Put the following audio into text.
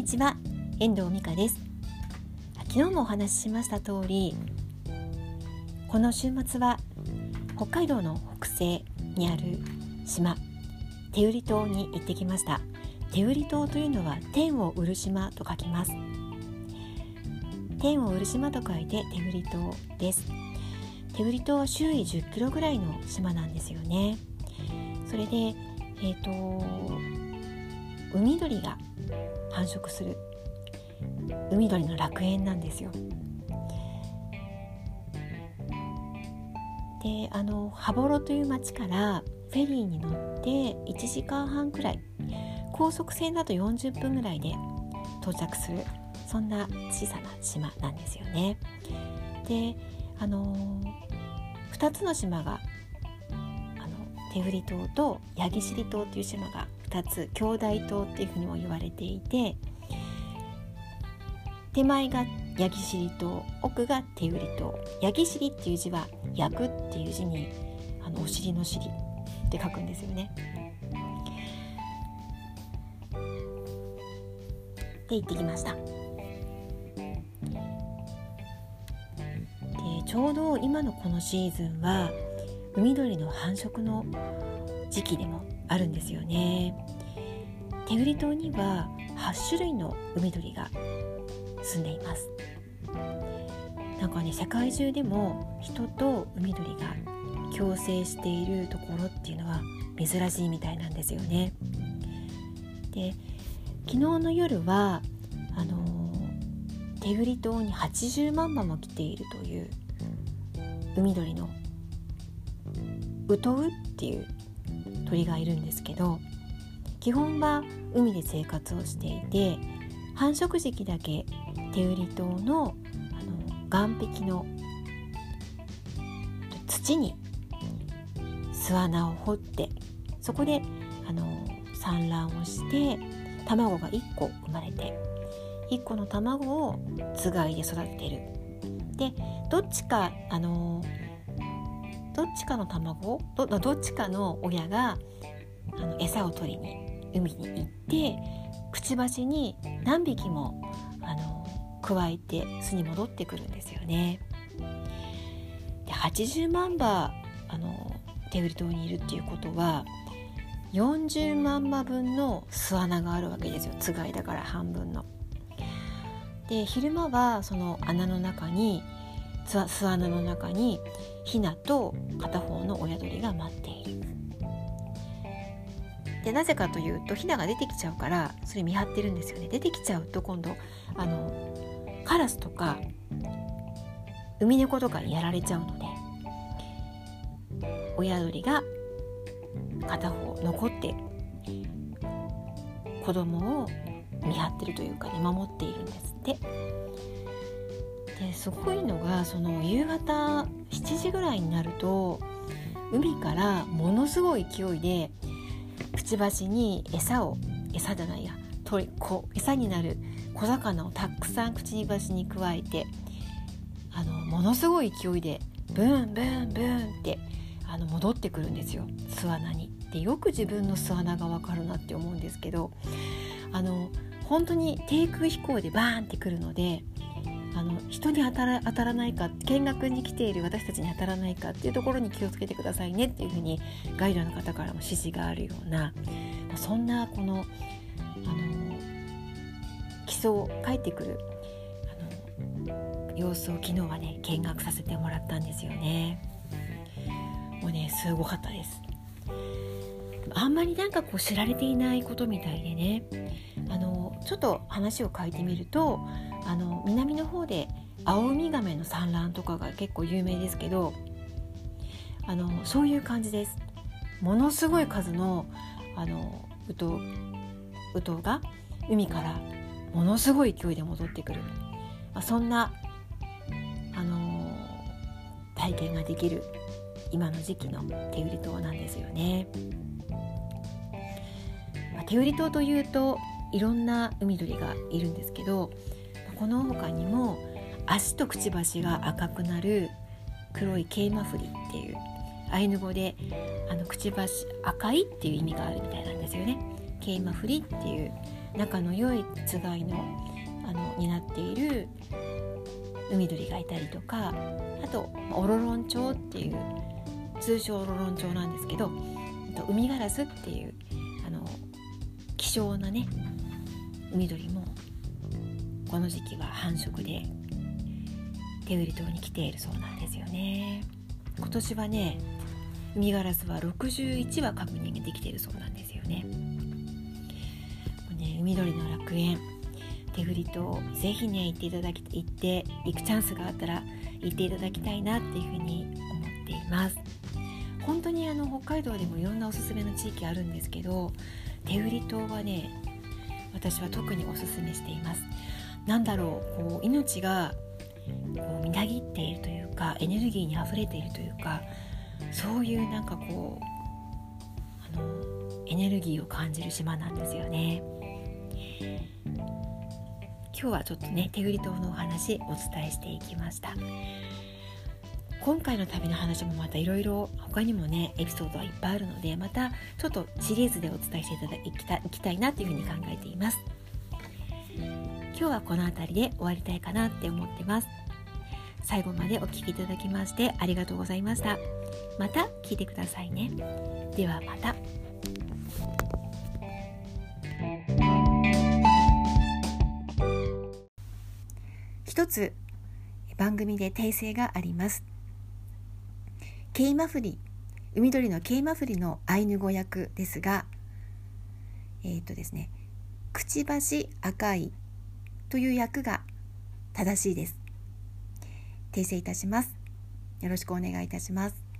にちは、遠藤美香です。昨日もお話ししました通り、この週末は北海道の北西にある島、手売島に行ってきました。手売島というのは天を売る島と書きます。天を売る島と書いて手売島です。手売島は周囲10キロぐらいの島なんですよね。それで、海鳥が繁殖する海鳥の楽園なんですよ。で、羽幌という町からフェリーに乗って1時間半くらい、高速船だと40分ぐらいで到着する、そんな小さな島なんですよね。で、2つの島が手売島と八木尻島という島が2つ兄弟島っていうふうにも言われていて、手前が八木尻島、奥が手売島。八木尻っていう字は焼くっていう字にお尻の尻って書くんですよね。で、行ってきました。で、ちょうど今のこのシーズンは海鳥の繁殖の時期でもあるんですよね。手売島には8種類の海鳥が住んでいます。なんかね、世界中でも人と海鳥が共生しているところっていうのは珍しいみたいなんですよね。で、昨日の夜は手売島に80万羽も来ているという海鳥のウトウっていう鳥がいるんですけど、基本は海で生活をしていて、繁殖時期だけ手売島の岸壁の土に巣穴を掘って、そこで産卵をして卵が1個生まれて、1個の卵をつがいで育てている。で、どっちかの卵、どっちかの親が餌を取りに海に行って、くちばしに何匹も加えて巣に戻ってくるんですよね。で、80万羽手売島にいるっていうことは40万羽分の巣穴があるわけですよ。つがいだから半分の。で、昼間はその穴の中に、巣穴の中にヒナと片方の親鳥が待っている。で、なぜかというと、ヒナが出てきちゃうからそれ見張ってるんですよね。出てきちゃうと今度カラスとかウミネコとかにやられちゃうので、親鳥が片方残って子供を見張ってるというかね、守っているんですって。で、すごいのが、その夕方7時ぐらいになると海からものすごい勢いでくちばしに餌になる小魚をたくさんくちばしに加えて、ものすごい勢いでブーンブーンブーンって戻ってくるんですよ、巣穴に。で、よく自分の巣穴が分かるなって思うんですけど、本当に低空飛行でバーンってくるので、人に当たらないか、見学に来ている私たちに当たらないかっていうところに気をつけてくださいねっていうふうにガイドの方からも指示があるような、そんなこの帰ってくる様子を昨日はね、見学させてもらったんですよね。もうね、すごかったです。あんまりなんか知られていないことみたいでね、ちょっと話を変えてみると、南の方でアオウミガメの産卵とかが結構有名ですけど、そういう感じです。ものすごい数のウトウが海からものすごい勢いで戻ってくる、そんな体験ができる今の時期の手売島なんですよね。手売島というといろんな海鳥がいるんですけど、この他にも足とくちばしが赤くなる黒いケイマフリっていう、アイヌ語でくちばし赤いっていう意味があるみたいなんですよね。ケイマフリっていう仲の良いつがいのになっている海鳥がいたりとか、あとオロロンチョウっていう通称オロロンチョウなんですけど、ウミガラスっていう希少なね海鳥もこの時期は繁殖で手売島に来ているそうなんですよね。今年はねウミガラスは61羽確認ができているそうなんですよね。海鳥の楽園手売島、ぜひね行くチャンスがあったら行っていただきたいなっていうふうに思っています。本当に北海道でもいろんなおすすめの地域あるんですけど、手売島はね私は特におすすめしています。命がみなぎっているというか、エネルギーにあふれているというか、そういうエネルギーを感じる島なんですよね。今日はちょっとね手売島のお話お伝えしていきました。今回の旅の話もまたいろいろ他にもねエピソードはいっぱいあるので、またちょっとシリーズでお伝えしていきたいなというふうに考えています。今日はこの辺りで終わりたいかなって思ってます。最後までお聞きいただきましてありがとうございました。また聞いてくださいね。ではまた。一つ番組で訂正があります。ケイマフリ、海鳥のケイマフリのアイヌ語訳ですが、ですね、くちばし赤いという訳が正しいです。訂正いたします。よろしくお願いいたします。